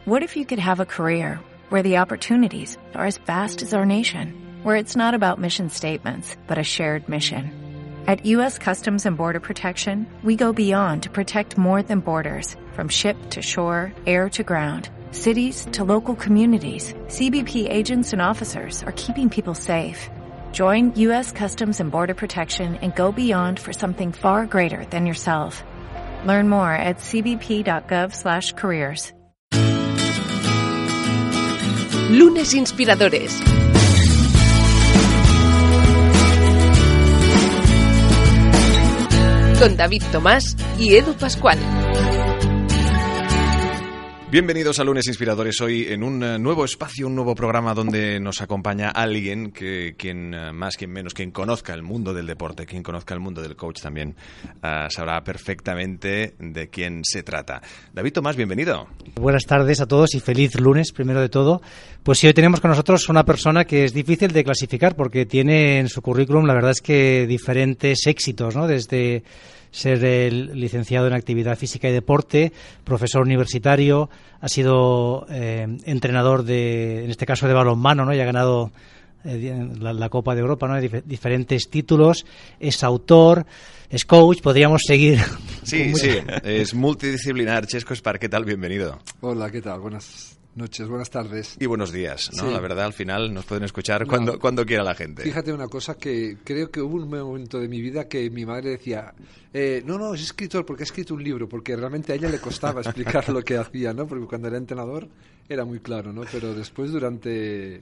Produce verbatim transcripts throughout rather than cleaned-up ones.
What if you could have a career where the opportunities are as vast as our nation, where it's not about mission statements, but a shared mission? At U S Customs and Border Protection, we go beyond to protect more than borders, from ship to shore, air to ground, cities to local communities. C B P agents and officers are keeping people safe. Join U S Customs and Border Protection and go beyond for something far greater than yourself. Learn more at c b p dot gov slash careers. Lunes Inspiradores. Con David Tomás y Edu Pascual. Bienvenidos a Lunes Inspiradores, hoy en un nuevo espacio, un nuevo programa donde nos acompaña alguien que quien más, quien menos, quien conozca el mundo del deporte, quien conozca el mundo del coach también uh, sabrá perfectamente de quién se trata. David Tomás, bienvenido. Buenas tardes a todos y feliz lunes, primero de todo. Pues sí, hoy tenemos con nosotros una persona que es difícil de clasificar porque tiene en su currículum, la verdad es que diferentes éxitos, ¿no? Desde ser el licenciado en actividad física y deporte, profesor universitario, ha sido eh, entrenador de, en este caso de balonmano, ¿no? Y ha ganado eh, la, la Copa de Europa, ¿no? Dif- diferentes títulos, es autor, es coach, podríamos seguir. Sí, sí, es multidisciplinar. Chesco Espar, ¿qué tal? Bienvenido. Hola, ¿qué tal? Buenas noches, buenas tardes. Y buenos días, ¿no? Sí. La verdad, al final nos pueden escuchar No, cuando, cuando quiera la gente. Fíjate una cosa, que creo que hubo un momento de mi vida que mi madre decía, eh, no, no, es escritor porque ha escrito un libro, porque realmente a ella le costaba explicar lo que hacía, ¿no? Porque cuando era entrenador era muy claro, ¿no? Pero después durante...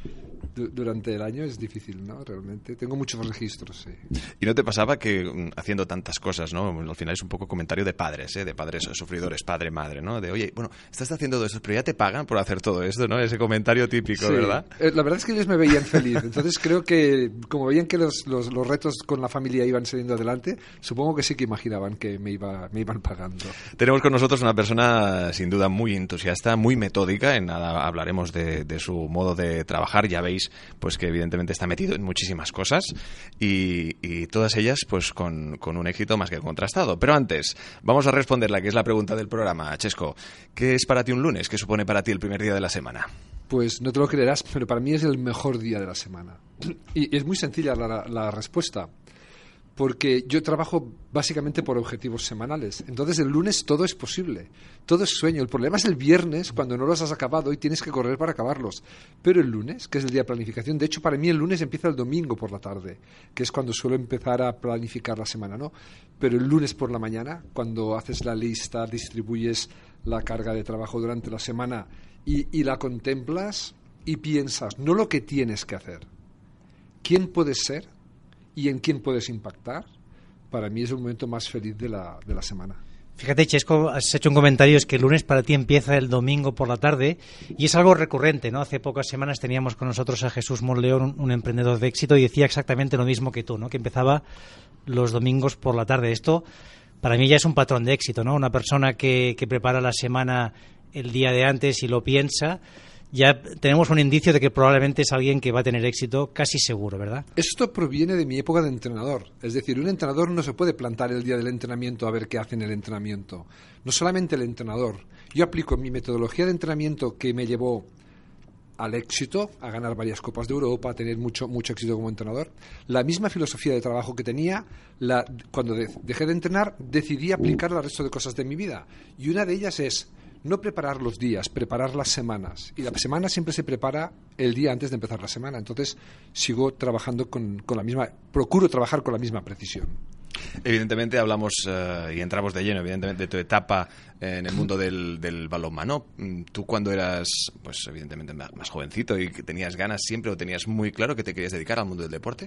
durante el año es difícil, ¿no? Realmente. Tengo muchos registros, sí. ¿Y no te pasaba que haciendo tantas cosas, ¿no? Al final es un poco comentario de padres, ¿eh? De padres sufridores, padre, madre, ¿no? De, oye, bueno, estás haciendo todo esto, pero ya te pagan por hacer todo esto, ¿no? Ese comentario típico, sí. ¿verdad? Eh, la verdad es que ellos me veían feliz. Entonces creo que, como veían que los, los, los retos con la familia iban saliendo adelante, supongo que sí que imaginaban que me, iba, me iban pagando. Tenemos con nosotros una persona, sin duda, muy entusiasta, muy metódica. En nada hablaremos de, de su modo de trabajar. Ya veis pues que evidentemente está metido en muchísimas cosas y, y todas ellas pues con, con un éxito más que contrastado. Pero antes, vamos a responder la que es la pregunta del programa. Chesco, ¿qué es para ti un lunes? ¿Qué supone para ti el primer día de la semana? Pues no te lo creerás, pero para mí es el mejor día de la semana. Y es muy sencilla la, la respuesta, porque yo trabajo básicamente por objetivos semanales. Entonces el lunes todo es posible, todo es sueño. El problema es el viernes, cuando no los has acabado y tienes que correr para acabarlos. Pero el lunes, que es el día de planificación, de hecho para mí el lunes empieza el domingo por la tarde, que es cuando suelo empezar a planificar la semana, ¿no? Pero el lunes por la mañana, cuando haces la lista, distribuyes la carga de trabajo durante la semana y, y la contemplas y piensas, no lo que tienes que hacer, quién puedes ser y en quién puedes impactar, para mí es el momento más feliz de la, de la semana. Fíjate, Chesco, has hecho un comentario, es que el lunes para ti empieza el domingo por la tarde y es algo recurrente, ¿no? Hace pocas semanas teníamos con nosotros a Jesús Monleón, un, un emprendedor de éxito, y decía exactamente lo mismo que tú, ¿no? Que empezaba los domingos por la tarde. Esto para mí ya es un patrón de éxito, ¿no? Una persona que, que prepara la semana el día de antes y lo piensa, ya tenemos un indicio de que probablemente es alguien que va a tener éxito casi seguro, ¿verdad? Esto proviene de mi época de entrenador. Es decir, un entrenador no se puede plantar el día del entrenamiento a ver qué hace en el entrenamiento. No solamente el entrenador. Yo aplico mi metodología de entrenamiento que me llevó al éxito, a ganar varias Copas de Europa, a tener mucho, mucho éxito como entrenador. La misma filosofía de trabajo que tenía, la, cuando de, dejé de entrenar, decidí aplicarla al resto de cosas de mi vida. Y una de ellas es no preparar los días, preparar las semanas. Y la semana siempre se prepara el día antes de empezar la semana. Entonces sigo trabajando con, con la misma, procuro trabajar con la misma precisión. Evidentemente hablamos uh, y entramos de lleno, evidentemente, de tu etapa en el mundo del, del balonmano. Tú cuando eras, pues evidentemente más jovencito y que tenías ganas siempre o tenías muy claro que te querías dedicar al mundo del deporte.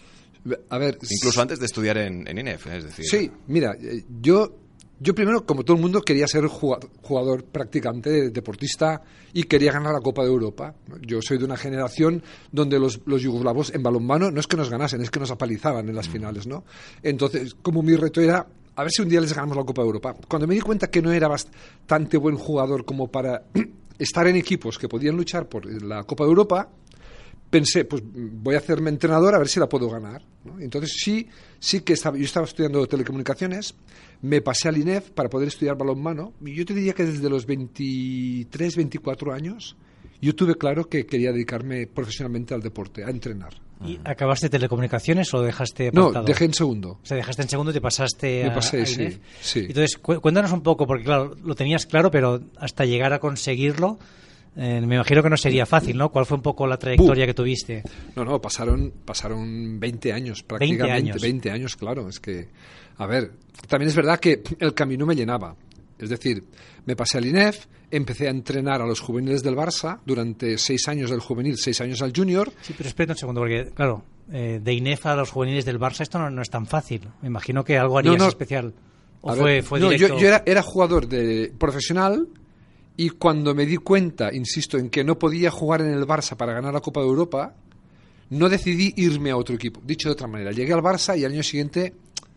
A ver, incluso antes de estudiar en, en I N E F, es decir. Sí, mira, yo Yo primero, como todo el mundo, quería ser jugador, jugador practicante, deportista, y quería ganar la Copa de Europa. Yo soy de una generación donde los, los yugoslavos en balonmano no es que nos ganasen, es que nos apalizaban en las finales, ¿no? Entonces, como mi reto era a ver si un día les ganamos la Copa de Europa. Cuando me di cuenta que no era bastante buen jugador como para estar en equipos que podían luchar por la Copa de Europa, pensé, pues voy a hacerme entrenador a ver si la puedo ganar, ¿no? Entonces sí, sí que estaba, yo estaba estudiando telecomunicaciones, me pasé al I N E F para poder estudiar balonmano, y yo te diría que desde los veintitrés, veinticuatro años yo tuve claro que quería dedicarme profesionalmente al deporte, a entrenar. ¿Y acabaste telecomunicaciones o dejaste apartado? No, dejé en segundo. O sea, dejaste en segundo y te pasaste me a, pasé, a sí, I N E F. sí. Entonces, cu- cuéntanos un poco, porque claro, lo tenías claro, pero hasta llegar a conseguirlo, eh, me imagino que no sería fácil, ¿no? ¿Cuál fue un poco la trayectoria Buh. que tuviste? No, no, pasaron, pasaron veinte años prácticamente. veinte años. veinte años, claro. Es que, a ver, también es verdad que el camino me llenaba. Es decir, me pasé al I N E F, empecé a entrenar a los juveniles del Barça durante seis años del juvenil, seis años al junior. Sí, pero espera un segundo, porque, claro, eh, de I N E F a los juveniles del Barça esto no, no es tan fácil. Me imagino que algo harías No, no. especial. ¿O A fue, ver, fue no, directo? yo, yo era, era jugador de profesional y cuando me di cuenta, insisto, en que no podía jugar en el Barça para ganar la Copa de Europa, no decidí irme a otro equipo. Dicho de otra manera, llegué al Barça y al año siguiente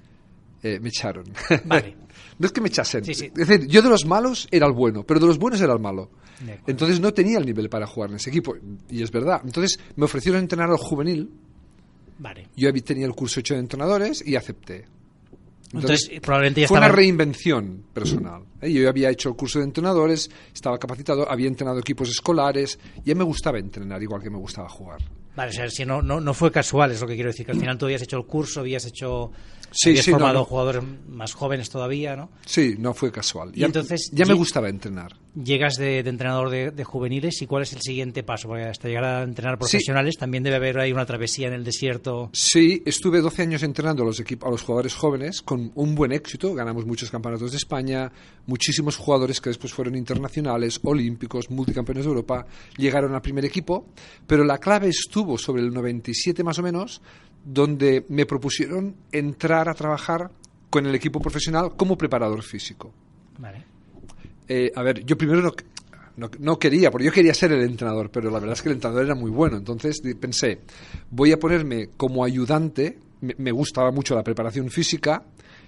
eh, me echaron. Vale. No es que me echasen. Sí, sí. Es decir, yo de los malos era el bueno, pero de los buenos era el malo. De acuerdo. Entonces no tenía el nivel para jugar en ese equipo. Y es verdad. Entonces me ofrecieron entrenar al juvenil. Vale. Yo había- tenía el curso hecho de entrenadores y acepté. Entonces, probablemente ya fue estaba... una reinvención personal. ¿eh? Yo había hecho el curso de entrenadores, estaba capacitado, había entrenado equipos escolares, ya me gustaba entrenar igual que me gustaba jugar. Vale, o sea, si no, no, no fue casual, es lo que quiero decir, que al final tú habías hecho el curso, habías hecho... Sí, habías sí, no, formado no. jugadores más jóvenes todavía, ¿no? Sí, no fue casual. Y Ya, entonces, ya me ye- gustaba entrenar. Llegas de, de entrenador de, de juveniles, ¿y cuál es el siguiente paso? Porque hasta llegar a entrenar Sí. profesionales también debe haber ahí una travesía en el desierto. Sí, estuve doce años entrenando a los, equip- a los jugadores jóvenes con un buen éxito. Ganamos muchos campeonatos de España, muchísimos jugadores que después fueron internacionales, olímpicos, multicampeones de Europa, llegaron al primer equipo. Pero la clave estuvo sobre el noventa y siete más o menos, donde me propusieron entrar a trabajar con el equipo profesional como preparador físico. Vale. Eh, a ver, yo primero no, no, no quería, porque yo quería ser el entrenador, pero la verdad es que el entrenador era muy bueno. Entonces di- pensé, voy a ponerme como ayudante, me, me gustaba mucho la preparación física,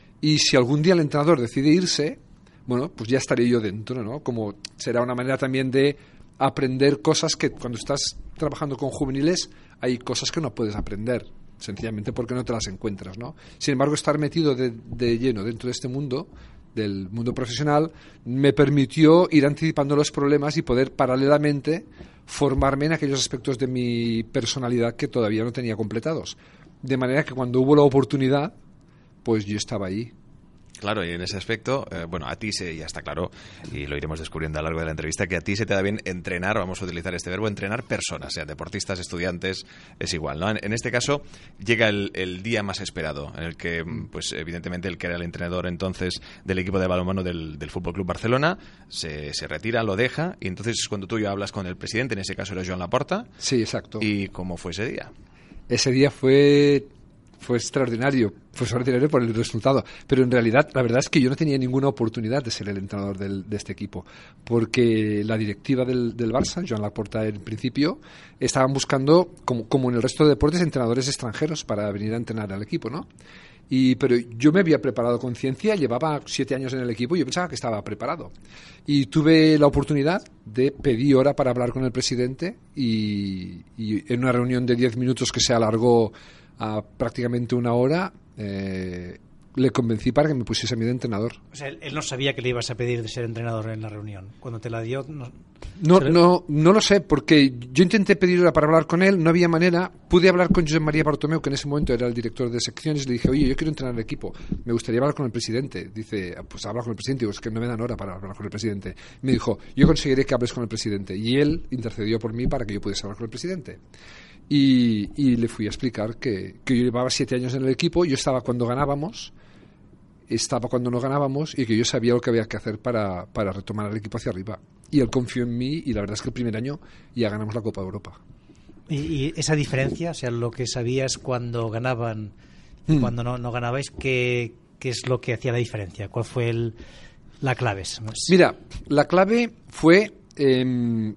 y si algún día el entrenador decide irse, bueno, pues ya estaré yo dentro, ¿no? Como será una manera también de aprender cosas que cuando estás trabajando con juveniles hay cosas que no puedes aprender, sencillamente porque no te las encuentras, ¿no? Sin embargo, estar metido de, de lleno dentro de este mundo, del mundo profesional, me permitió ir anticipando los problemas y poder paralelamente formarme en aquellos aspectos de mi personalidad que todavía no tenía completados. De manera que cuando hubo la oportunidad, pues yo estaba ahí. Claro, y en ese aspecto, eh, bueno, a ti se, ya está claro, y lo iremos descubriendo a lo largo de la entrevista, que a ti se te da bien entrenar, vamos a utilizar este verbo, entrenar personas, sean deportistas, estudiantes, es igual, ¿no? En, en este caso, llega el, el día más esperado, en el que, pues evidentemente, el que era el entrenador entonces del equipo de balonmano del, del F C Barcelona, se, se retira, lo deja, y entonces es cuando tú ya hablas con el presidente, en ese caso era Joan Laporta. Sí, exacto. ¿Y cómo fue ese día? Ese día fue... Fue extraordinario, fue extraordinario por el resultado. Pero en realidad, la verdad es que yo no tenía ninguna oportunidad de ser el entrenador del, de este equipo. Porque la directiva del, del Barça, Joan Laporta en principio, estaban buscando, como, como en el resto de deportes, entrenadores extranjeros para venir a entrenar al equipo, ¿no? Y, pero yo me había preparado con ciencia, llevaba siete años en el equipo y yo pensaba que estaba preparado. Y tuve la oportunidad de pedir hora para hablar con el presidente y, y en una reunión de diez minutos que se alargó a prácticamente una hora, eh, le convencí para que me pusiese a mí de entrenador. O sea, él, él no sabía que le ibas a pedir de ser entrenador en la reunión. Cuando te la dio... No, No, se le- no, no lo sé, porque yo intenté pedir hora para hablar con él, no había manera. Pude hablar con Josep María Bartomeu, que en ese momento era el director de secciones, y le dije, oye, yo quiero entrenar el equipo, me gustaría hablar con el presidente. Dice, pues habla con el presidente. Digo, es que no me dan hora para hablar con el presidente. Me dijo, yo conseguiré que hables con el presidente. Y él intercedió por mí para que yo pudiese hablar con el presidente. Y, y le fui a explicar que, que yo llevaba siete años en el equipo, yo estaba cuando ganábamos, estaba cuando no ganábamos y que yo sabía lo que había que hacer para, para retomar el equipo hacia arriba. Y él confió en mí y la verdad es que el primer año ya ganamos la Copa de Europa. Y, y esa diferencia, o sea, lo que sabías cuando ganaban y Mm. cuando no, no ganabais, ¿qué, ¿qué es lo que hacía la diferencia? ¿Cuál fue el, la clave? Mira, la clave fue... Eh,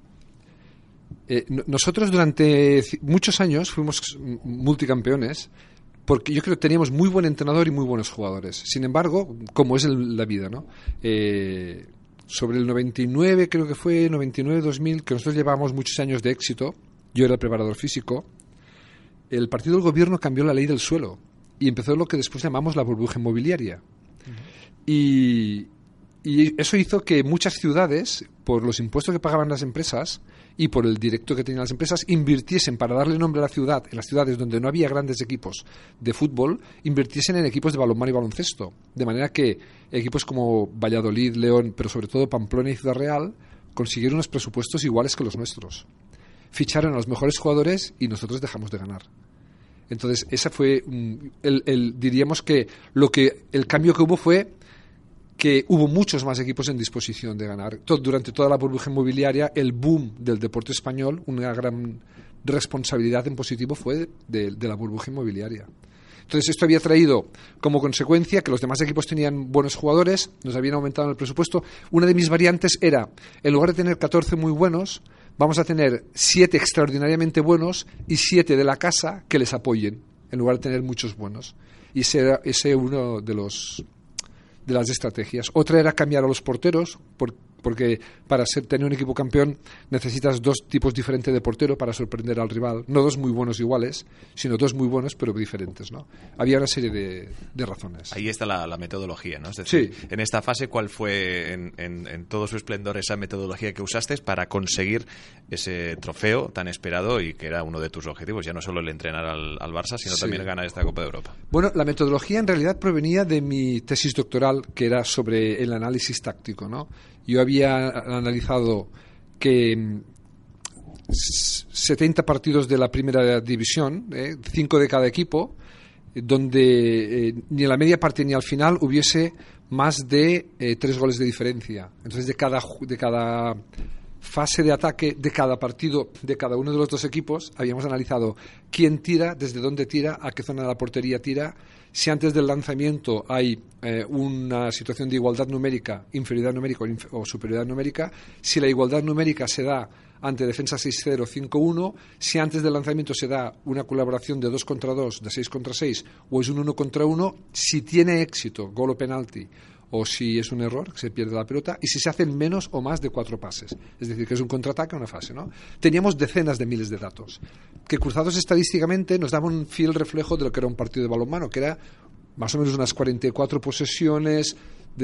eh, no- nosotros durante ci- muchos años fuimos multicampeones porque yo creo que teníamos muy buen entrenador y muy buenos jugadores. Sin embargo, como es el- la vida, ¿no? Eh, sobre el noventa y nueve, creo que fue noventa y nueve dos mil, que nosotros llevábamos muchos años de éxito, yo era el preparador físico, el partido del gobierno cambió la ley del suelo y empezó lo que después llamamos la burbuja inmobiliaria. Uh-huh. Y, y eso hizo que muchas ciudades, por los impuestos que pagaban las empresas y por el directo que tenían las empresas, invirtiesen para darle nombre a la ciudad, en las ciudades donde no había grandes equipos de fútbol, invirtiesen en equipos de balonmano y baloncesto. De manera que equipos como Valladolid, León, pero sobre todo Pamplona y Ciudad Real, consiguieron unos presupuestos iguales que los nuestros. Ficharon a los mejores jugadores y nosotros dejamos de ganar. Entonces, esa fue el, el, diríamos que lo que el cambio que hubo fue que hubo muchos más equipos en disposición de ganar. Todo, durante toda la burbuja inmobiliaria, el boom del deporte español, una gran responsabilidad en positivo fue de, de la burbuja inmobiliaria. Entonces, esto había traído como consecuencia que los demás equipos tenían buenos jugadores, nos habían aumentado el presupuesto. Una de mis variantes era, en lugar de tener catorce muy buenos, vamos a tener siete extraordinariamente buenos y siete de la casa que les apoyen, en lugar de tener muchos buenos. Y ese era ese uno de los de las estrategias. Otra era cambiar a los porteros, por, porque para ser, tener un equipo campeón necesitas dos tipos diferentes de portero para sorprender al rival. No dos muy buenos iguales, sino dos muy buenos pero diferentes, ¿no? Había una serie de, de razones. Ahí está la, la metodología, ¿no? Es decir, sí. En esta fase, ¿cuál fue en, en, en todo su esplendor esa metodología que usaste para conseguir ese trofeo tan esperado y que era uno de tus objetivos? Ya no solo el entrenar al, al Barça, sino sí. también ganar esta Copa de Europa. Bueno, la metodología en realidad provenía de mi tesis doctoral, que era sobre el análisis táctico, ¿no? Yo había analizado que setenta partidos de la primera división, eh, cinco de cada equipo, donde eh, ni en la media parte ni al final hubiese más de eh, tres goles de diferencia. Entonces, de cada, de cada fase de ataque de cada partido de cada uno de los dos equipos, habíamos analizado quién tira, desde dónde tira, a qué zona de la portería tira, si antes del lanzamiento hay eh, una situación de igualdad numérica, inferioridad numérica o, inf- o superioridad numérica, si la igualdad numérica se da ante defensa seis cero, cinco uno, si antes del lanzamiento se da una colaboración de dos contra dos, de seis contra seis, o es un uno contra uno, si tiene éxito, gol o penalti, o si es un error, que se pierde la pelota, y si se hacen menos o más de cuatro pases. Es decir, que es un contraataque o una fase, ¿no? Teníamos decenas de miles de datos, que cruzados estadísticamente nos daban un fiel reflejo de lo que era un partido de balonmano, que era más o menos unas cuarenta y cuatro posesiones,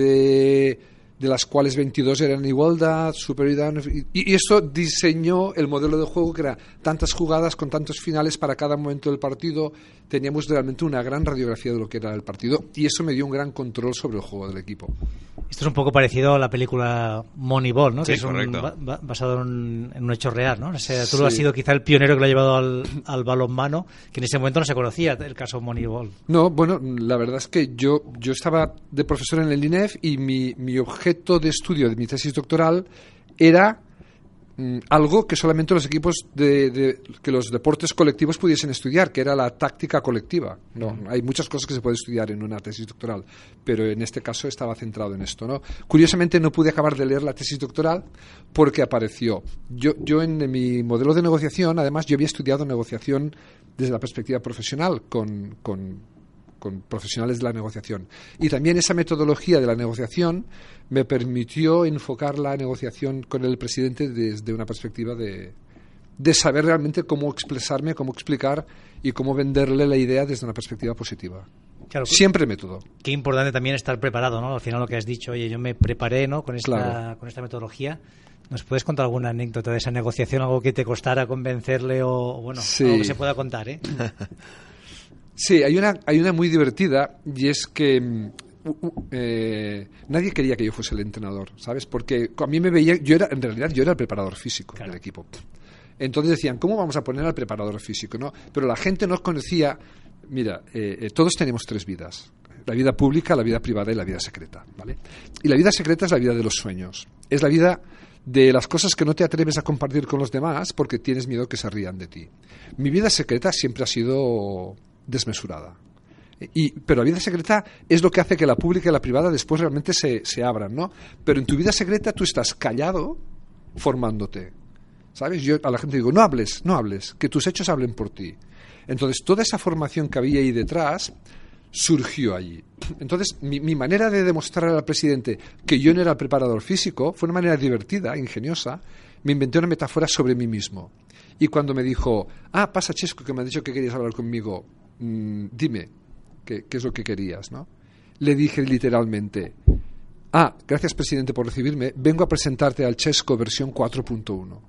de, de las cuales veintidós eran igualdad, superioridad, y, y eso diseñó el modelo de juego, que era tantas jugadas con tantos finales para cada momento del partido. Teníamos realmente una gran radiografía de lo que era el partido, y eso me dio un gran control sobre el juego del equipo. Esto es un poco parecido a la película Moneyball, ¿no? Sí, que es un, ba- ba- basado en, en un hecho real, ¿no? O sea, tú sí. has sido quizá el pionero que lo ha llevado al, al balonmano, que en ese momento no se conocía el caso Moneyball. No, bueno, la verdad es que yo, yo estaba de profesor en el I N E F y mi, mi objeto de estudio de mi tesis doctoral era mm, algo que solamente los equipos de, de que los deportes colectivos pudiesen estudiar, que era la táctica colectiva. No, hay muchas cosas que se pueden estudiar en una tesis doctoral, pero en este caso estaba centrado en esto, ¿no? Curiosamente no pude acabar de leer la tesis doctoral porque apareció. Yo, yo en, en mi modelo de negociación, además, yo había estudiado negociación desde la perspectiva profesional con, con con profesionales de la negociación. Y también esa metodología de la negociación me permitió enfocar la negociación con el presidente desde una perspectiva de, de saber realmente cómo expresarme, cómo explicar y cómo venderle la idea desde una perspectiva positiva. Claro, siempre método. Qué importante también estar preparado, ¿no? Al final lo que has dicho, oye, yo me preparé, ¿no? Con esta, claro. con esta metodología. ¿Nos puedes contar alguna anécdota de esa negociación, algo que te costara convencerle o, bueno, sí. algo que se pueda contar, ¿eh? Sí, hay una, hay una muy divertida, y es que uh, uh, eh, nadie quería que yo fuese el entrenador, ¿sabes? Porque a mí me veía, yo era, en realidad yo era el preparador físico claro. del equipo. Entonces decían, ¿cómo vamos a poner al preparador físico? ¿No? Pero la gente no conocía, mira, eh, eh, todos tenemos tres vidas. La vida pública, la vida privada y la vida secreta, ¿vale? Y la vida secreta es la vida de los sueños. Es la vida de las cosas que no te atreves a compartir con los demás porque tienes miedo que se rían de ti. Mi vida secreta siempre ha sido desmesurada. Y, pero la vida secreta es lo que hace que la pública y la privada después realmente se, se abran, ¿no? Pero en tu vida secreta tú estás callado formándote, ¿sabes? Yo a la gente digo, no hables, no hables, que tus hechos hablen por ti. Entonces toda esa formación que había ahí detrás surgió allí. Entonces mi, mi manera de demostrar al presidente que yo no era el preparador físico fue una manera divertida, ingeniosa, me inventé una metáfora sobre mí mismo. Y cuando me dijo, ah, pasa Chesco, que me has dicho que querías hablar conmigo, mm, dime, ¿qué, qué es lo que querías, ¿no? Le dije literalmente, ah, gracias presidente por recibirme, vengo a presentarte al Chesco versión cuatro punto uno.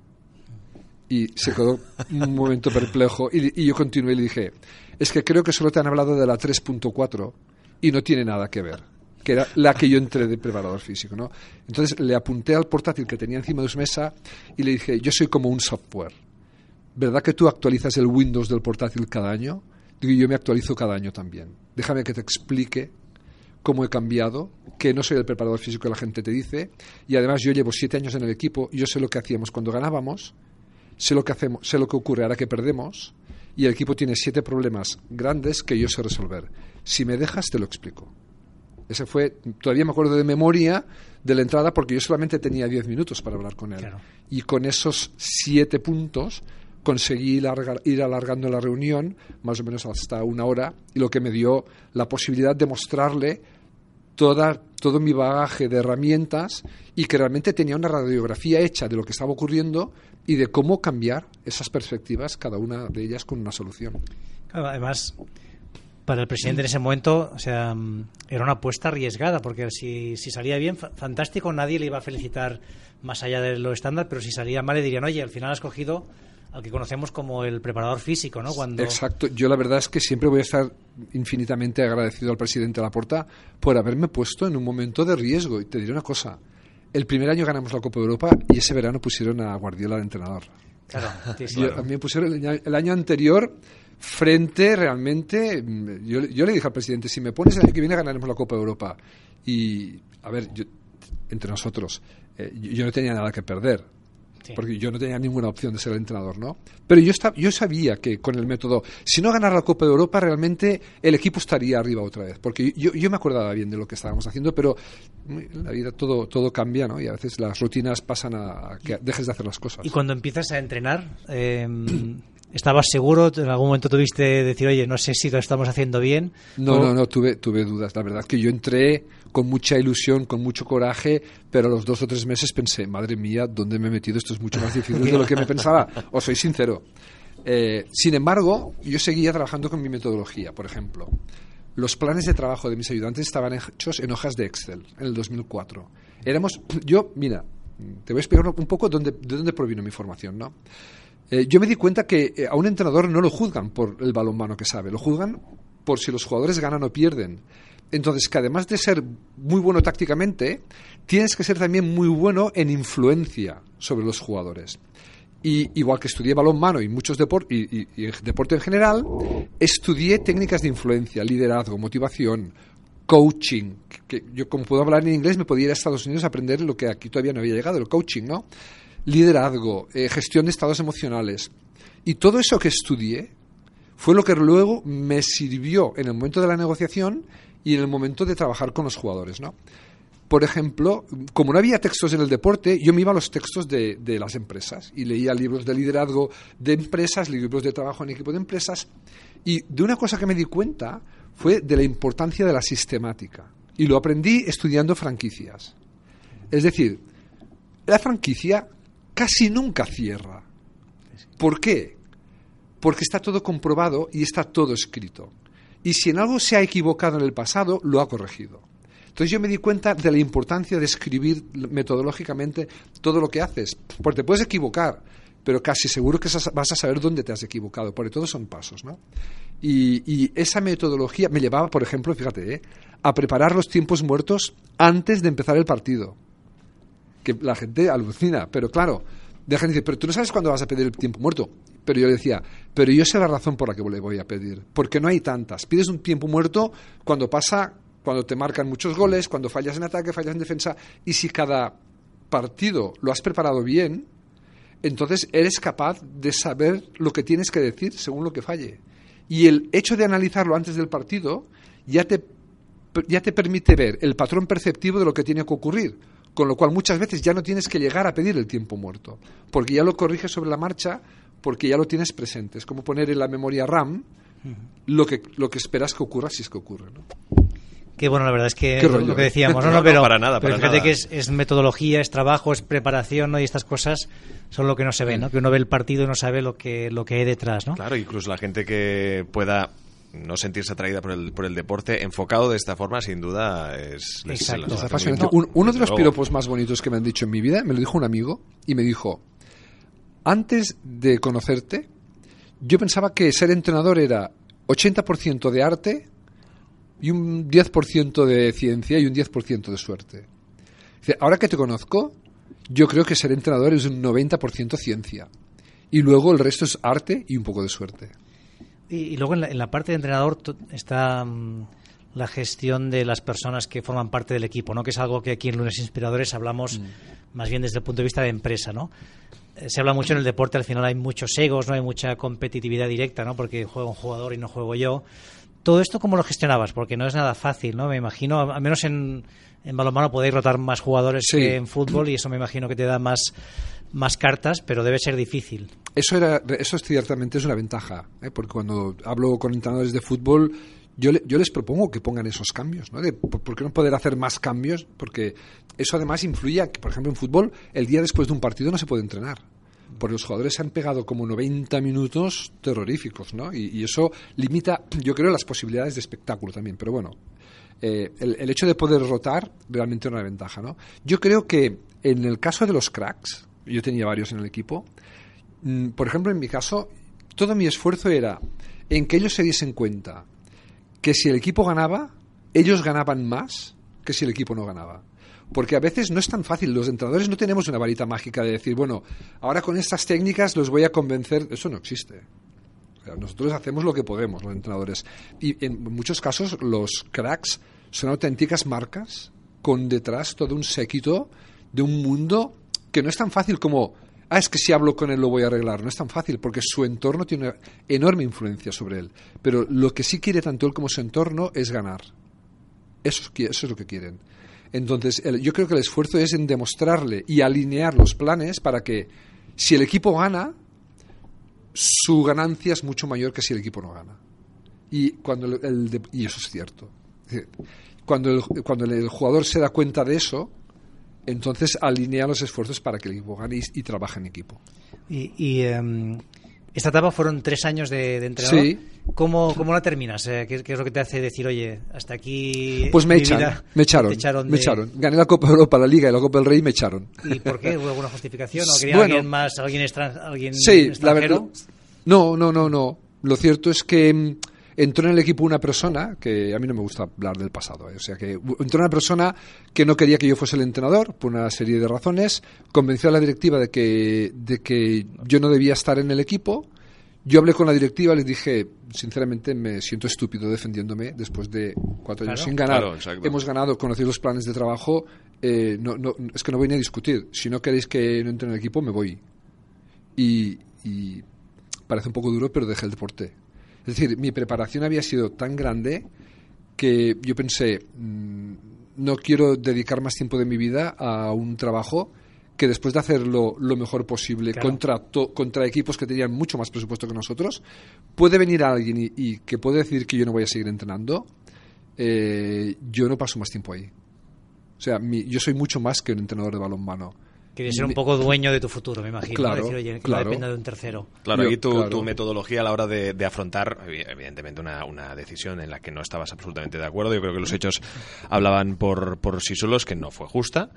Y se quedó un momento perplejo y, y yo continué y le dije, es que creo que solo te han hablado de la tres punto cuatro y no tiene nada que ver, que era la que yo entré de preparador físico, ¿no? Entonces le apunté al portátil que tenía encima de su mesa y le dije, yo soy como un software. ¿Verdad que tú actualizas el Windows del portátil cada año? Digo, yo me actualizo cada año también. Déjame que te explique cómo he cambiado, que no soy el preparador físico que la gente te dice, y además yo llevo siete años en el equipo, yo sé lo que hacíamos cuando ganábamos, sé lo que hacemos, sé lo que ocurre ahora que perdemos, y el equipo tiene siete problemas grandes que yo sé resolver. Si me dejas, te lo explico. Ese fue, todavía me acuerdo de memoria de la entrada porque yo solamente tenía diez minutos para hablar con él. Claro. Y con esos siete puntos conseguí largar, ir alargando la reunión más o menos hasta una hora, y lo que me dio la posibilidad de mostrarle toda, todo mi bagaje de herramientas y que realmente tenía una radiografía hecha de lo que estaba ocurriendo y de cómo cambiar esas perspectivas, cada una de ellas con una solución. Claro, además, para el presidente en ese momento, o sea, era una apuesta arriesgada, porque si, si salía bien, fantástico, nadie le iba a felicitar más allá de lo estándar, pero si salía mal le dirían, oye, al final has cogido al que conocemos como el preparador físico, ¿no? Cuando... Exacto. Yo la verdad es que siempre voy a estar infinitamente agradecido al presidente Laporta por haberme puesto en un momento de riesgo. Y te diré una cosa, el primer año ganamos la Copa de Europa y ese verano pusieron a Guardiola de entrenador. Claro, sí, sí. Yo, a mí me pusieron el año, el año anterior frente realmente, yo, yo le dije al presidente, si me pones el año que viene ganaremos la Copa de Europa. Y, a ver, yo, entre nosotros, eh, yo, yo no tenía nada que perder. Sí. Porque yo no tenía ninguna opción de ser el entrenador, ¿no? Pero yo, estaba, yo sabía que con el método, si no ganara la Copa de Europa, realmente el equipo estaría arriba otra vez. Porque yo, yo me acordaba bien de lo que estábamos haciendo, pero en la vida todo, todo cambia, ¿no? Y a veces las rutinas pasan a, a que dejes de hacer las cosas. Y cuando empiezas a entrenar, eh, ¿estabas seguro? ¿En algún momento tuviste decir, oye, no sé si lo estamos haciendo bien? No, o... no, no, tuve, tuve dudas. La verdad que yo entré con mucha ilusión, con mucho coraje, pero a los dos o tres meses pensé, madre mía, ¿dónde me he metido? Esto es mucho más difícil de lo que me pensaba. Os soy sincero. Eh, sin embargo, yo seguía trabajando con mi metodología. Por ejemplo, los planes de trabajo de mis ayudantes estaban hechos en hojas de Excel en el dos mil cuatro. Éramos, yo, mira, te voy a explicar un poco dónde, de dónde provino mi formación, ¿no? Eh, yo me di cuenta que eh, a un entrenador no lo juzgan por el balonmano que sabe, lo juzgan por si los jugadores ganan o pierden. Entonces, que además de ser muy bueno tácticamente, tienes que ser también muy bueno en influencia sobre los jugadores. Y igual que estudié balonmano y muchos deportes y, y, y deporte en general, estudié técnicas de influencia, liderazgo, motivación, coaching. Que yo, como puedo hablar en inglés, me podía ir a Estados Unidos a aprender lo que aquí todavía no había llegado, el coaching, ¿no? Liderazgo, eh, gestión de estados emocionales. Y todo eso que estudié fue lo que luego me sirvió en el momento de la negociación y en el momento de trabajar con los jugadores, ¿no? Por ejemplo, como no había textos en el deporte, yo me iba a los textos de, de las empresas y leía libros de liderazgo de empresas, libros de trabajo en equipo de empresas, y de una cosa que me di cuenta fue de la importancia de la sistemática. Y lo aprendí estudiando franquicias. Es decir, la franquicia casi nunca cierra. ¿Por qué? Porque está todo comprobado y está todo escrito. Y si en algo se ha equivocado en el pasado, lo ha corregido. Entonces yo me di cuenta de la importancia de escribir metodológicamente todo lo que haces. Porque te puedes equivocar, pero casi seguro que vas a saber dónde te has equivocado, porque todos son pasos, ¿no? Y, y esa metodología me llevaba, por ejemplo, fíjate, ¿eh? a preparar los tiempos muertos antes de empezar el partido. Que la gente alucina, pero claro, dejan de decir, pero tú no sabes cuándo vas a pedir el tiempo muerto. Pero yo le decía, pero yo sé la razón por la que le voy a pedir, porque no hay tantas. Pides un tiempo muerto cuando pasa, cuando te marcan muchos goles, cuando fallas en ataque, fallas en defensa, y si cada partido lo has preparado bien, entonces eres capaz de saber lo que tienes que decir según lo que falle. Y el hecho de analizarlo antes del partido ya te, ya te permite ver el patrón perceptivo de lo que tiene que ocurrir, con lo cual muchas veces ya no tienes que llegar a pedir el tiempo muerto, porque ya lo corriges sobre la marcha, porque ya lo tienes presente. Es como poner en la memoria RAM lo que, lo que esperas que ocurra si es que ocurre, ¿no? Que bueno, la verdad es que Qué lo, rollo, lo que ¿eh? decíamos, no, No, no, no, pero, para nada, pero para fíjate nada. que es, es metodología, es trabajo, es preparación, ¿no? Y estas cosas son lo que no se ve, ¿no? Que uno ve el partido y no sabe lo que lo que hay detrás, ¿no? Claro, incluso la gente que pueda no sentirse atraída por el, por el deporte, enfocado de esta forma, sin duda, es... les- Exacto. se los Es hace apasionante. muy- Un- uno de los Luego, piropos más bonitos que me han dicho en mi vida me lo dijo un amigo y me dijo: antes de conocerte, yo pensaba que ser entrenador era ochenta por ciento de arte y un diez por ciento de ciencia y un diez por ciento de suerte. Dice, ahora que te conozco, yo creo que ser entrenador es un noventa por ciento ciencia y luego el resto es arte y un poco de suerte. Y, y luego en la, en la parte de entrenador to- está mm, la gestión de las personas que forman parte del equipo, ¿no? Que es algo que aquí en Lunes Inspiradores hablamos Mm. más bien desde el punto de vista de empresa, ¿no? Eh, Se habla mucho en el deporte, al final hay muchos egos, no hay mucha competitividad directa, ¿no? Porque juega un jugador y no juego yo. Todo esto, ¿cómo lo gestionabas? Porque no es nada fácil, ¿no? Me imagino, al menos en, en balonmano podéis rotar más jugadores Sí. que en fútbol y eso me imagino que te da más, más cartas, pero debe ser difícil. Eso era, eso ciertamente es una ventaja, ¿eh? Porque cuando hablo con entrenadores de fútbol, yo, le- yo les propongo que pongan esos cambios, ¿no? De, ¿por, por qué no poder hacer más cambios? Porque eso además influye a que, por ejemplo, en fútbol, el día después de un partido no se puede entrenar. Porque los jugadores se han pegado como noventa minutos terroríficos, ¿no? Y, y eso limita, yo creo, las posibilidades de espectáculo también. Pero bueno, eh, el, el hecho de poder rotar realmente es una ventaja, ¿no? Yo creo que en el caso de los cracks, yo tenía varios en el equipo, mm, por ejemplo, en mi caso, todo mi esfuerzo era en que ellos se diesen cuenta que si el equipo ganaba, ellos ganaban más que si el equipo no ganaba. Porque a veces no es tan fácil. Los entrenadores no tenemos una varita mágica de decir, bueno, ahora con estas técnicas los voy a convencer. Eso no existe. O sea, nosotros hacemos lo que podemos, los entrenadores. Y en muchos casos los cracks son auténticas marcas con detrás todo un séquito de un mundo que no es tan fácil como, ah, es que si hablo con él lo voy a arreglar. No es tan fácil porque su entorno tiene una enorme influencia sobre él. Pero lo que sí quiere tanto él como su entorno es ganar. Eso, es- eso es lo que quieren. Entonces, el- yo creo que el esfuerzo es en demostrarle y alinear los planes para que si el equipo gana, su ganancia es mucho mayor que si el equipo no gana. Y, cuando el, el de- y eso es cierto. Es decir, Cuando el, cuando el jugador se da cuenta de eso, entonces alinea los esfuerzos para que el equipo gane y, y trabaje en equipo. Y, y, em, esta etapa fueron tres años de, de entrenador. Sí. ¿Cómo, ¿Cómo la terminas? Eh, ¿qué, qué es lo que te hace decir, oye, hasta aquí Pues me mi echan, vida? me echaron, Te echaron me de- echaron. Gané la Copa Europa, la Liga y la Copa del Rey y me echaron. ¿Y por qué? ¿Hubo alguna justificación? ¿O quería Bueno, alguien más, alguien, extran- alguien Sí, la extranjero? verdad. No, no, no, no. Lo cierto es que mm, entró en el equipo una persona que a mí no me gusta hablar del pasado, ¿eh? O sea que u- entró una persona que no quería que yo fuese el entrenador por una serie de razones, convenció a la directiva de que de que yo no debía estar en el equipo. Yo hablé con la directiva, les dije, sinceramente me siento estúpido defendiéndome después de cuatro años Claro. sin ganar. Claro, exacto. Hemos ganado, conocido los planes de trabajo, eh, no, no, es que no voy ni a discutir. Si no queréis que no entre en el equipo, me voy. Y, y parece un poco duro, pero dejé el deporte. Es decir, mi preparación había sido tan grande que yo pensé, mmm, no quiero dedicar más tiempo de mi vida a un trabajo que después de hacerlo lo mejor posible Claro. contra, to- contra equipos que tenían mucho más presupuesto que nosotros, puede venir alguien y, y que puede decir que yo no voy a seguir entrenando, eh, yo no paso más tiempo ahí. O sea, mi- yo soy mucho más que un entrenador de balonmano. Querías ser un Mi- poco dueño de tu futuro, me imagino. ¿no? Claro, Decir, oye, que claro. no dependa de un tercero. Claro, Yo, aquí tu, claro. tu metodología a la hora de, de afrontar, evidentemente, una, una decisión en la que no estabas absolutamente de acuerdo. Yo creo que los hechos hablaban por, por sí solos, que no fue justa.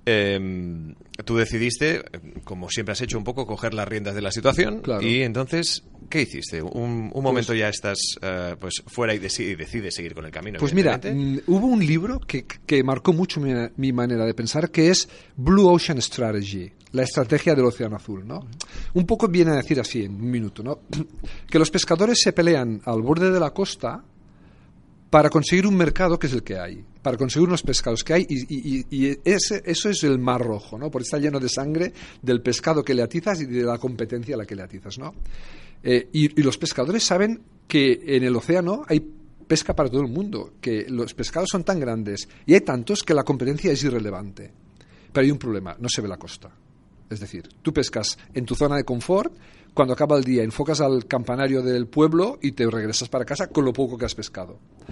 Eh, tú decidiste, como siempre has hecho un poco, coger las riendas de la situación. Claro. Y entonces, ¿qué hiciste? Un, un momento Pues- ya estás eh, pues fuera y, deci- y decides seguir con el camino. Pues mira, evidentemente. mm, hubo un libro que, que marcó mucho mi, mi manera de pensar, que es Blue Ocean Strategy, la estrategia del océano azul, ¿no? Un poco viene a decir así, en un minuto, ¿no? Que los pescadores se pelean al borde de la costa para conseguir un mercado que es el que hay, para conseguir unos pescados que hay, y, y- y ese, eso es el mar rojo, ¿no? Porque está lleno de sangre del pescado que le atizas y de la competencia a la que le atizas, ¿no? Eh, y, y los pescadores saben que en el océano hay pesca para todo el mundo, que los pescados son tan grandes y hay tantos que la competencia es irrelevante. Pero hay un problema, no se ve la costa. Es decir, tú pescas en tu zona de confort, cuando acaba el día enfocas al campanario del pueblo y te regresas para casa con lo poco que has pescado.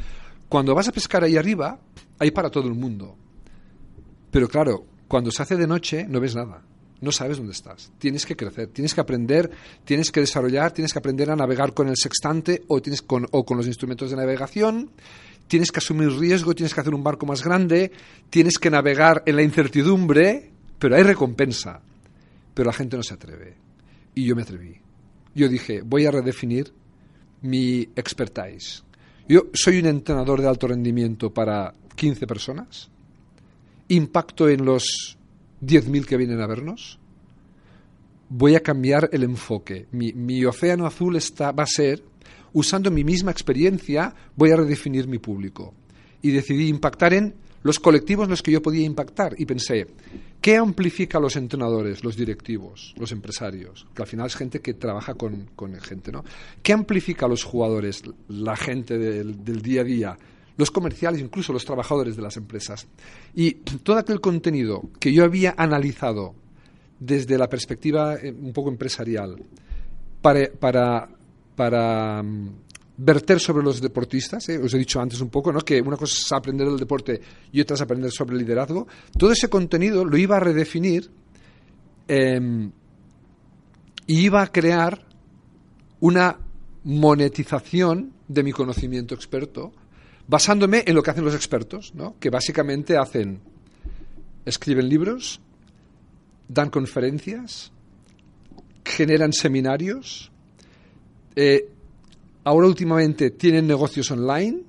Cuando vas a pescar ahí arriba, hay para todo el mundo. Pero claro, cuando se hace de noche no ves nada. No sabes dónde estás. Tienes que crecer, tienes que aprender, tienes que desarrollar, tienes que aprender a navegar con el sextante o, tienes con, o con los instrumentos de navegación. Tienes que asumir riesgo, tienes que hacer un barco más grande, tienes que navegar en la incertidumbre, pero hay recompensa. Pero la gente no se atreve. Y yo me atreví. Yo dije, voy a redefinir mi expertise. Yo soy un entrenador de alto rendimiento para quince personas. Impacto en los diez mil que vienen a vernos. Voy a cambiar el enfoque. Mi, mi océano azul está, va a ser, usando mi misma experiencia, voy a redefinir mi público. Y decidí impactar en los colectivos en los que yo podía impactar. Y pensé, ¿qué amplifica a los entrenadores, los directivos, los empresarios? Que al final es gente que trabaja con, con gente, ¿no? ¿Qué amplifica a los jugadores, la gente del, del día a día? Los comerciales, incluso los trabajadores de las empresas. Y todo aquel contenido que yo había analizado desde la perspectiva eh, un poco empresarial para, para, para um, verter sobre los deportistas, eh, os he dicho antes un poco, ¿no? Que una cosa es aprender el deporte y otra es aprender sobre el liderazgo. Todo ese contenido lo iba a redefinir eh, y iba a crear una monetización de mi conocimiento experto, basándome en lo que hacen los expertos, ¿no? Que básicamente hacen, escriben libros, dan conferencias, generan seminarios, eh, ahora últimamente tienen negocios online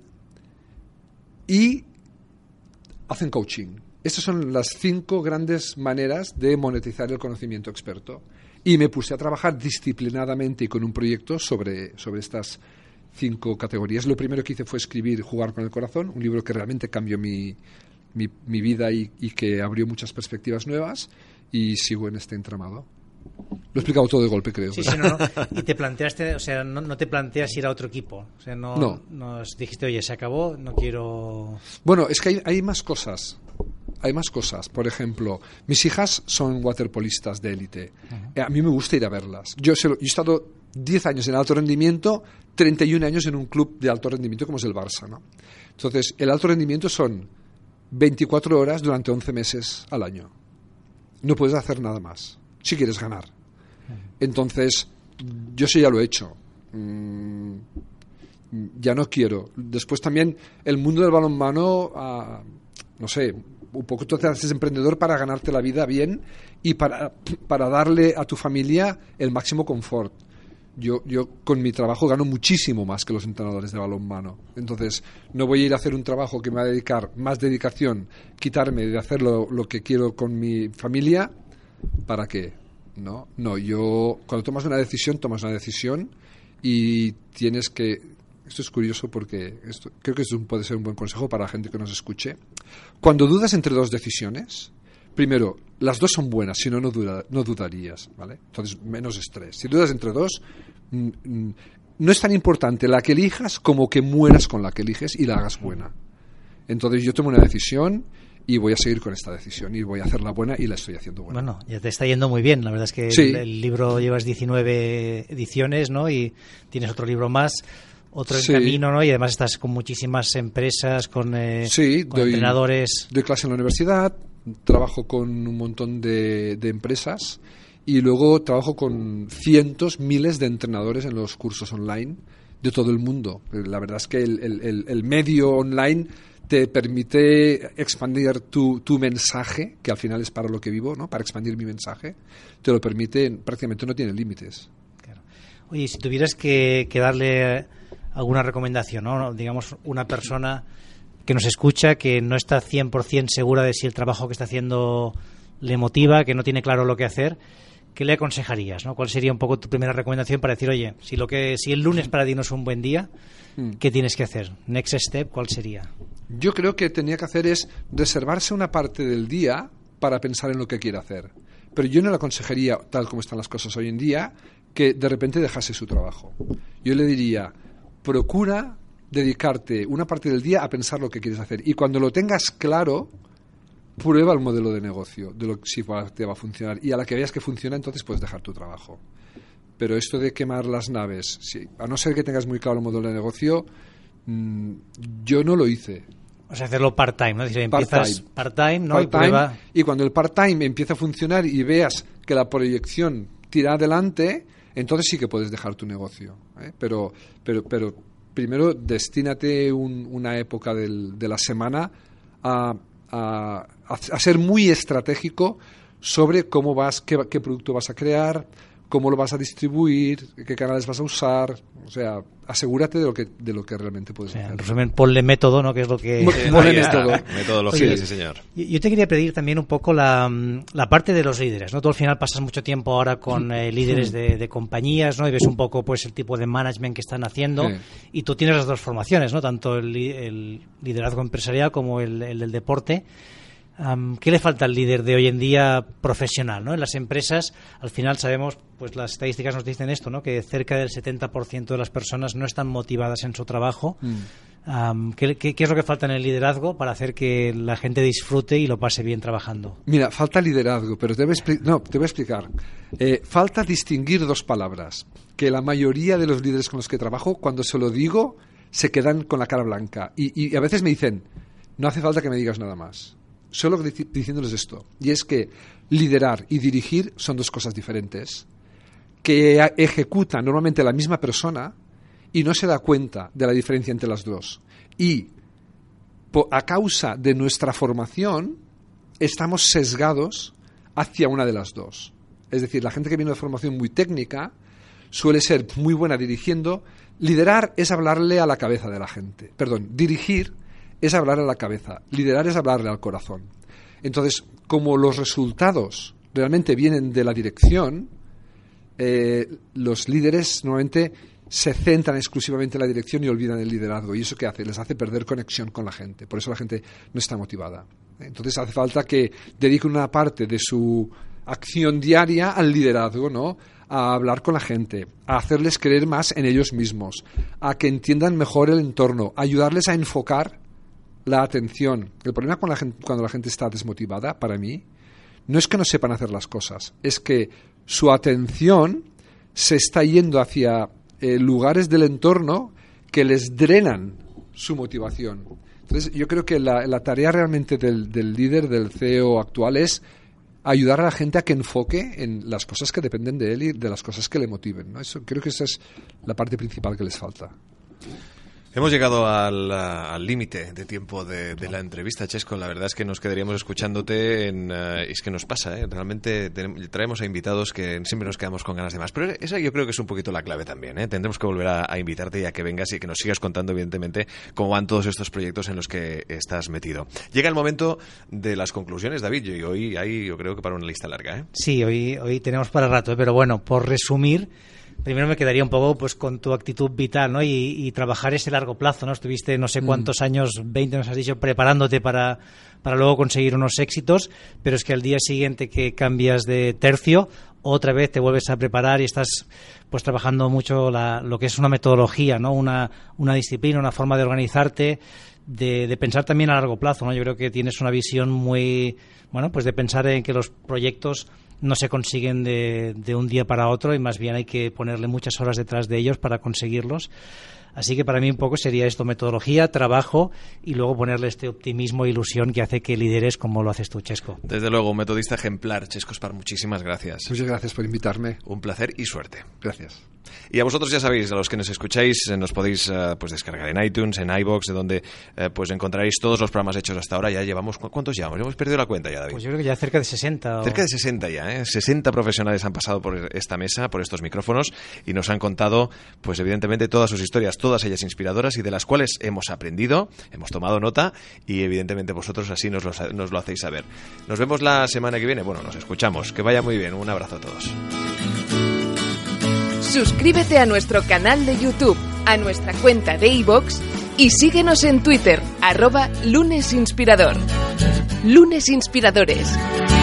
y hacen coaching. Estas son las cinco grandes maneras de monetizar el conocimiento experto. Y me puse a trabajar disciplinadamente y con un proyecto sobre, sobre estas cinco categorías. Lo primero que hice fue escribir Jugar con el corazón, un libro que realmente cambió mi, mi, mi vida y, y que abrió muchas perspectivas nuevas, y sigo en este entramado. Lo he explicado todo de golpe, creo. Sí, sí, no, no. Y te planteaste, o sea, no, no te planteas ir a otro equipo. O sea, no, no. no dijiste, oye, se acabó, no quiero... Bueno, es que hay, hay más cosas. Hay más cosas. Por ejemplo, mis hijas son waterpolistas de élite. Uh-huh. A mí me gusta ir a verlas. Yo, yo he estado diez años en alto rendimiento, treinta y un años en un club de alto rendimiento como es el Barça, ¿no? Entonces, el alto rendimiento son veinticuatro horas durante once meses al año. No puedes hacer nada más si quieres ganar. Entonces, yo sí ya lo he hecho. Mm, ya no quiero. Después también el mundo del balonmano, uh, no sé, un poco tú te haces emprendedor para ganarte la vida bien y para, para darle a tu familia el máximo confort. Yo, yo con mi trabajo gano muchísimo más que los entrenadores de balonmano. Entonces, no voy a ir a hacer un trabajo que me va a dedicar más dedicación, quitarme de hacer lo, lo que quiero con mi familia. ¿Para qué? No, no, yo cuando tomas una decisión, tomas una decisión y tienes que... Esto es curioso porque esto, creo que esto puede ser un buen consejo para la gente que nos escuche. Cuando dudas entre dos decisiones, primero, las dos son buenas, si no, no, duda, no dudarías, ¿vale? Entonces, menos estrés. Si dudas entre dos, mm, mm, no es tan importante la que elijas como que mueras con la que eliges y la hagas buena. Entonces, yo tomo una decisión y voy a seguir con esta decisión y voy a hacerla buena y la estoy haciendo buena. Bueno, ya te está yendo muy bien. La verdad es que sí. el, el libro llevas diecinueve ediciones, ¿no? Y tienes otro libro más, otro en sí. camino, ¿no? Y además estás con muchísimas empresas, con, eh, sí, con doy, entrenadores. Doy clase en la universidad, trabajo con un montón de, de empresas y luego trabajo con cientos, miles de entrenadores en los cursos online de todo el mundo. La verdad es que el, el, el medio online te permite expandir tu, tu mensaje, que al final es para lo que vivo, ¿no? Para expandir mi mensaje, te lo permite, prácticamente no tiene límites. Claro. Oye, si tuvieras que, que darle alguna recomendación, ¿no? Digamos, una persona que nos escucha, que no está cien por ciento segura de si el trabajo que está haciendo le motiva, que no tiene claro lo que hacer, ¿qué le aconsejarías, ¿no? ¿Cuál sería un poco tu primera recomendación para decir, oye, si lo que si el lunes para ti no es un buen día, ¿qué tienes que hacer? Next step, ¿cuál sería? Yo creo que tenía que hacer es reservarse una parte del día para pensar en lo que quiere hacer. Pero yo no le aconsejaría, tal como están las cosas hoy en día, que de repente dejase su trabajo. Yo le diría, procura dedicarte una parte del día a pensar lo que quieres hacer. Y cuando lo tengas claro, prueba el modelo de negocio, de lo que si te va a funcionar. Y a la que veas que funciona, entonces puedes dejar tu trabajo. Pero esto de quemar las naves, sí, a no ser que tengas muy claro el modelo de negocio, Mm, yo no lo hice. O sea, hacerlo part-time, ¿no? Es decir, empiezas Part-time. part-time, ¿no? Part-time, y, prueba... y cuando el part-time empieza a funcionar y veas que la proyección tira adelante, entonces sí que puedes dejar tu negocio, ¿eh? Pero, pero, pero primero destínate un, una época del, de la semana a, a, a ser muy estratégico sobre cómo vas, qué, qué producto vas a crear, cómo lo vas a distribuir, qué canales vas a usar. O sea, asegúrate de lo que de lo que realmente puedes o sea, hacer. En resumen, ponle método, ¿no? Que es lo que... Ponle método. Metodología, sí, señor. Yo te quería pedir también un poco la, la parte de los líderes, ¿no? Tú al final pasas mucho tiempo ahora con eh, líderes de, de compañías, ¿no? Y ves un poco pues el tipo de management que están haciendo, Sí. y tú tienes las dos formaciones, ¿no? Tanto el, li- el liderazgo empresarial como el, el del deporte. Um, ¿Qué le falta al líder de hoy en día profesional, ¿no? En las empresas, al final sabemos, pues las estadísticas nos dicen esto, ¿no? Que cerca del setenta por ciento de las personas no están motivadas en su trabajo. Mm. Um, ¿qué, qué, qué es lo que falta en el liderazgo para hacer que la gente disfrute y lo pase bien trabajando? Mira, falta liderazgo, pero te voy a, expli- no, te voy a explicar. Eh, falta distinguir dos palabras, que la mayoría de los líderes con los que trabajo, cuando se lo digo, se quedan con la cara blanca. Y, y a veces me dicen, no hace falta que me digas nada más. Solo dic- diciéndoles esto. Y es que liderar y dirigir son dos cosas diferentes, que a- ejecuta normalmente la misma persona y no se da cuenta de la diferencia entre las dos. Y po- a causa de nuestra formación estamos sesgados hacia una de las dos. Es decir, la gente que viene de formación muy técnica suele ser muy buena dirigiendo. Liderar es hablarle a la cabeza de la gente. Perdón, dirigir es hablar a la cabeza. Liderar es hablarle al corazón. Entonces, como los resultados realmente vienen de la dirección, eh, los líderes normalmente se centran exclusivamente en la dirección y olvidan el liderazgo. ¿Y eso qué hace? Les hace perder conexión con la gente. Por eso la gente no está motivada. Entonces hace falta que dediquen una parte de su acción diaria al liderazgo, ¿no? A hablar con la gente, a hacerles creer más en ellos mismos, a que entiendan mejor el entorno, a ayudarles a enfocar la atención. El problema con la gente, cuando la gente está desmotivada, para mí, no es que no sepan hacer las cosas, es que su atención se está yendo hacia eh, lugares del entorno que les drenan su motivación. Entonces, yo creo que la, la tarea realmente del, del líder, del C E O actual, es ayudar a la gente a que enfoque en las cosas que dependen de él y de las cosas que le motiven, ¿no? Eso, creo que esa es la parte principal que les falta. Hemos llegado al al límite de tiempo de, de la entrevista, Chesco. La verdad es que nos quedaríamos escuchándote. En, uh, es que nos pasa, ¿eh? Realmente tenemos, traemos a invitados que siempre nos quedamos con ganas de más. Pero esa yo creo que es un poquito la clave también, ¿eh? Tendremos que volver a, a invitarte y a que vengas y que nos sigas contando, evidentemente, cómo van todos estos proyectos en los que estás metido. Llega el momento de las conclusiones, David. Y hoy hay, yo creo que para una lista larga, ¿eh? Sí, hoy, hoy tenemos para rato, ¿eh? Pero bueno, por resumir, primero me quedaría un poco pues con tu actitud vital, ¿no? Y, y trabajar ese largo plazo, ¿no? Estuviste no sé cuántos mm. años, veinte nos has dicho, preparándote para, para luego conseguir unos éxitos, pero es que al día siguiente que cambias de tercio, otra vez te vuelves a preparar y estás pues trabajando mucho la, lo que es una metodología, ¿no? Una, una disciplina, una forma de organizarte, de, de pensar también a largo plazo, ¿no? Yo creo que tienes una visión muy, bueno, pues de pensar en que los proyectos no se consiguen de, de un día para otro y más bien hay que ponerle muchas horas detrás de ellos para conseguirlos. Así que para mí un poco sería esto, metodología, trabajo y luego ponerle este optimismo e ilusión que hace que lideres como lo haces tú, Chesco. Desde luego, un metodista ejemplar. Chesco Spar, muchísimas gracias. Muchas gracias por invitarme. Un placer y suerte. Gracias. Y a vosotros ya sabéis, a los que nos escucháis, nos podéis uh, pues descargar en iTunes, en iVoox, de donde uh, pues encontraréis todos los programas hechos hasta ahora. Ya llevamos, ¿cuántos llevamos? Hemos perdido la cuenta ya, David. Pues yo creo que ya cerca de sesenta. O... Cerca de sesenta ya, ¿eh? sesenta profesionales han pasado por esta mesa, por estos micrófonos, y nos han contado, pues evidentemente, todas sus historias, todas ellas inspiradoras y de las cuales hemos aprendido, hemos tomado nota y evidentemente vosotros así nos lo, nos lo hacéis saber. Nos vemos la semana que viene. Bueno, nos escuchamos. Que vaya muy bien. Un abrazo a todos. Suscríbete a nuestro canal de YouTube, a nuestra cuenta de iVoox y síguenos en Twitter, arroba Lunes Inspirador. Lunes Inspiradores.